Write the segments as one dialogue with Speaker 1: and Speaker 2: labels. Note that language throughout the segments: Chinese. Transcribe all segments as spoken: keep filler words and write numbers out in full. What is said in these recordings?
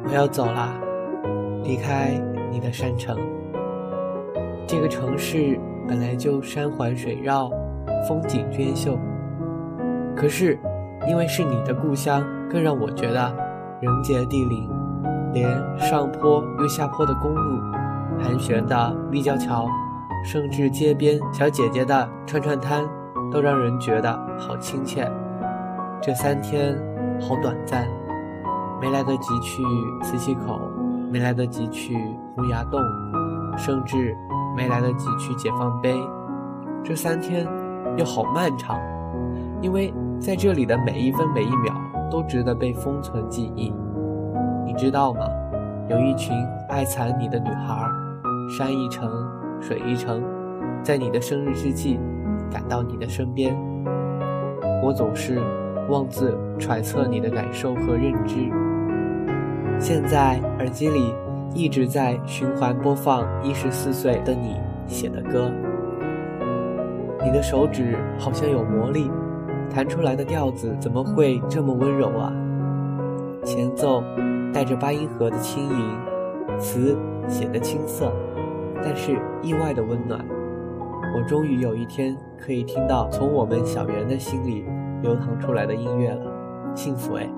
Speaker 1: 我要走啦，离开你的山城。这个城市本来就山环水绕，风景娟秀，可是因为是你的故乡，更让我觉得人杰地灵。连上坡又下坡的公路，盘旋的立交桥，甚至街边小姐姐的串串摊，都让人觉得好亲切。这三天好短暂，没来得及去磁器口，没来得及去洪崖洞，甚至没来得及去解放碑。这三天又好漫长，因为在这里的每一分每一秒都值得被封存记忆。你知道吗？有一群爱惨你的女孩，山一程水一程，在你的生日之际赶到你的身边。我总是妄自揣测你的感受和认知。现在耳机里一直在循环播放一十四岁的你写的歌。你的手指好像有魔力，弹出来的调子怎么会这么温柔啊？前奏带着八音盒的轻盈，词写得青涩，但是意外的温暖。我终于有一天可以听到从我们小圆的心里流淌出来的音乐了，幸福哎！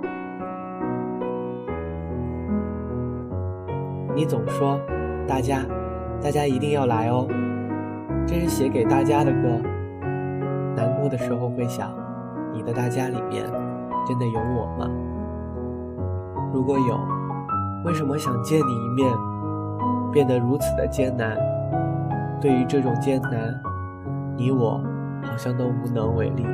Speaker 1: 你总说大家大家一定要来哦，这是写给大家的歌。难过的时候会想，你的大家里面真的有我吗？如果有，为什么想见你一面变得如此的艰难？对于这种艰难，你我好像都无能为力。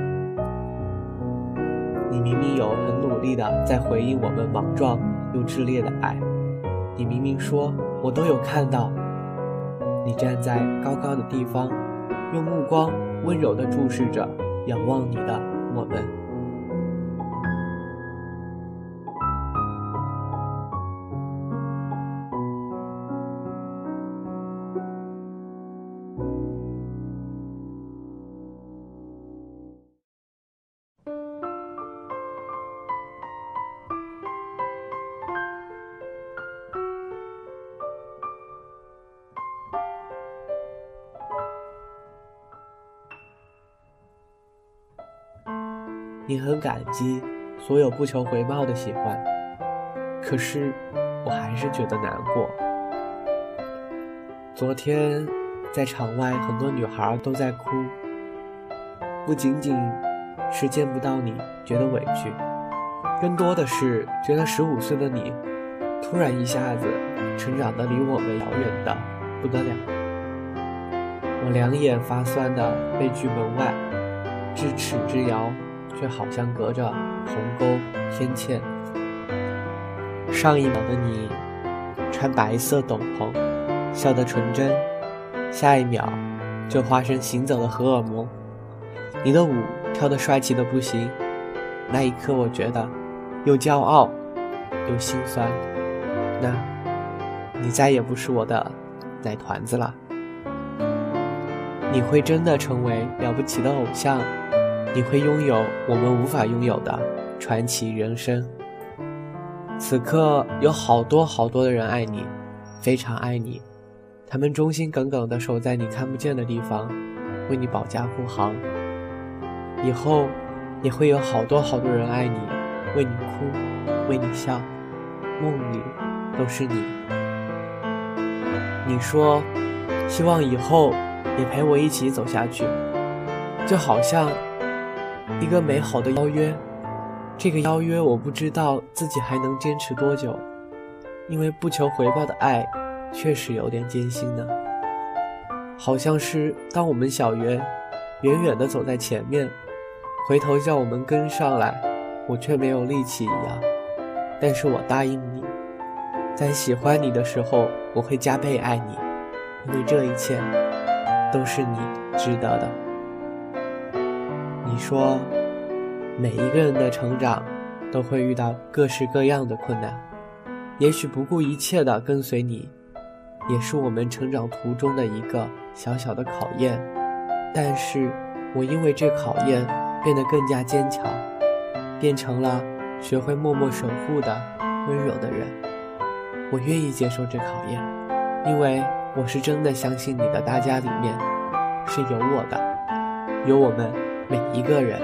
Speaker 1: 你明明有很努力的在回应我们莽撞又炽烈的爱，你明明说我都有看到。你站在高高的地方，用目光温柔地注视着仰望你的我们。你很感激所有不求回报的喜欢，可是我还是觉得难过。昨天在场外，很多女孩都在哭，不仅仅是见不到你觉得委屈，更多的是觉得十五岁的你突然一下子成长得离我们遥远的不得了。我两眼发酸的被拒门外，咫尺之遥，却好像隔着鸿沟天堑。上一秒的你穿白色斗篷，笑得纯真，下一秒就化身行走的荷尔蒙。你的舞跳得帅气的不行，那一刻我觉得又骄傲又心酸。那你再也不是我的奶团子了。你会真的成为了不起的偶像，你会拥有我们无法拥有的传奇人生。此刻有好多好多的人爱你，非常爱你，他们忠心耿耿地守在你看不见的地方，为你保驾护航。以后也会有好多好多人爱你，为你哭，为你笑，梦里都是你。你说希望以后也陪我一起走下去，就好像一个美好的邀约。这个邀约我不知道自己还能坚持多久，因为不求回报的爱确实有点艰辛呢。好像是当我们小圆远远地走在前面，回头叫我们跟上来，我却没有力气一样。但是我答应你，在喜欢你的时候我会加倍爱你，因为这一切都是你值得的。你说每一个人的成长都会遇到各式各样的困难，也许不顾一切地跟随你，也是我们成长途中的一个小小的考验。但是我因为这考验变得更加坚强，变成了学会默默守护的温柔的人。 我愿意接受这考验，因为我是真的相信你的大家里面是有我的，有我们每一个人。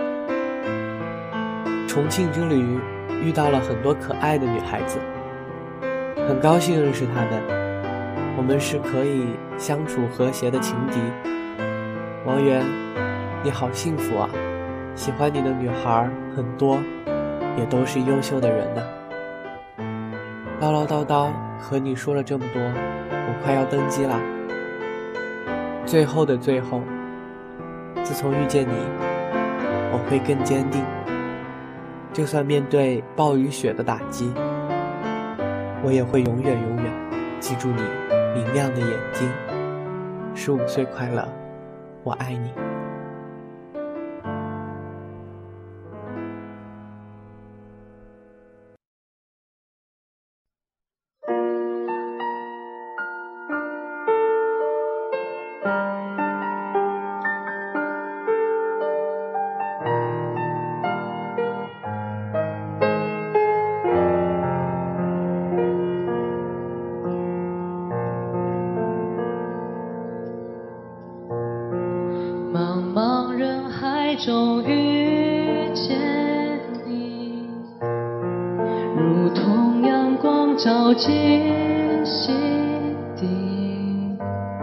Speaker 1: 重庆之旅遇到了很多可爱的女孩子，很高兴认识她们，我们是可以相处和谐的情敌。王源，你好幸福啊，喜欢你的女孩很多，也都是优秀的人呢。唠唠叨叨和你说了这么多，我快要登机了。最后的最后，自从遇见你，我会更坚定，就算面对暴雨雪的打击，我也会永远永远记住你明亮的眼睛。十五岁快乐，我爱你。
Speaker 2: 茫茫人海中遇见你，如同阳光照进心底。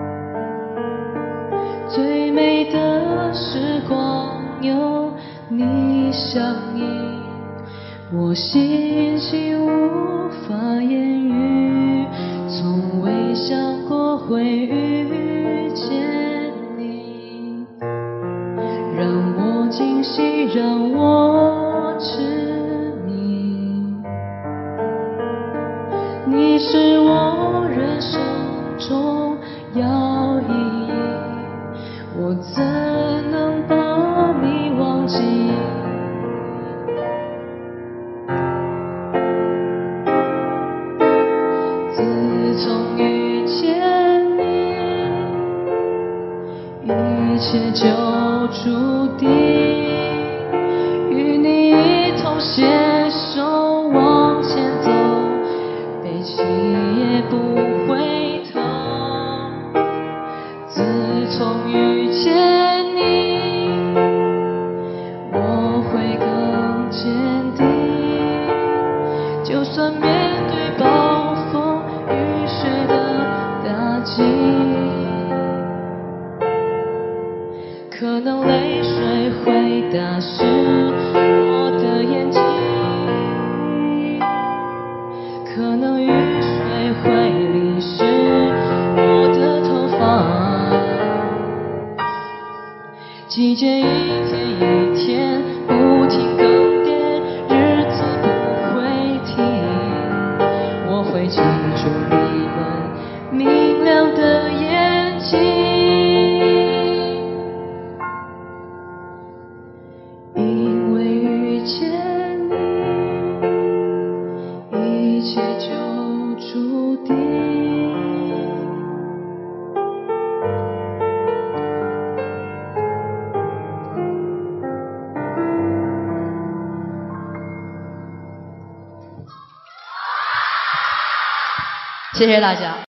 Speaker 2: 最美的时光有你相依，我心情无法言喻，从未想过会遇见你，让我惊喜，让我痴迷。你是我人生中要意义，我怎能把你忘记？自从遇见你，一切就注定，与你一同携手往前走，背弃也不回头。自从遇见你，我会更坚定，就算面对暴风雨雪的打击，可能泪水会打湿我的眼睛，可能雨水会淋湿我的头发。季节一天一天不停更迭，日子不会停，我会记住你们明亮的眼睛。因为遇见你，一切就注定。谢谢大家。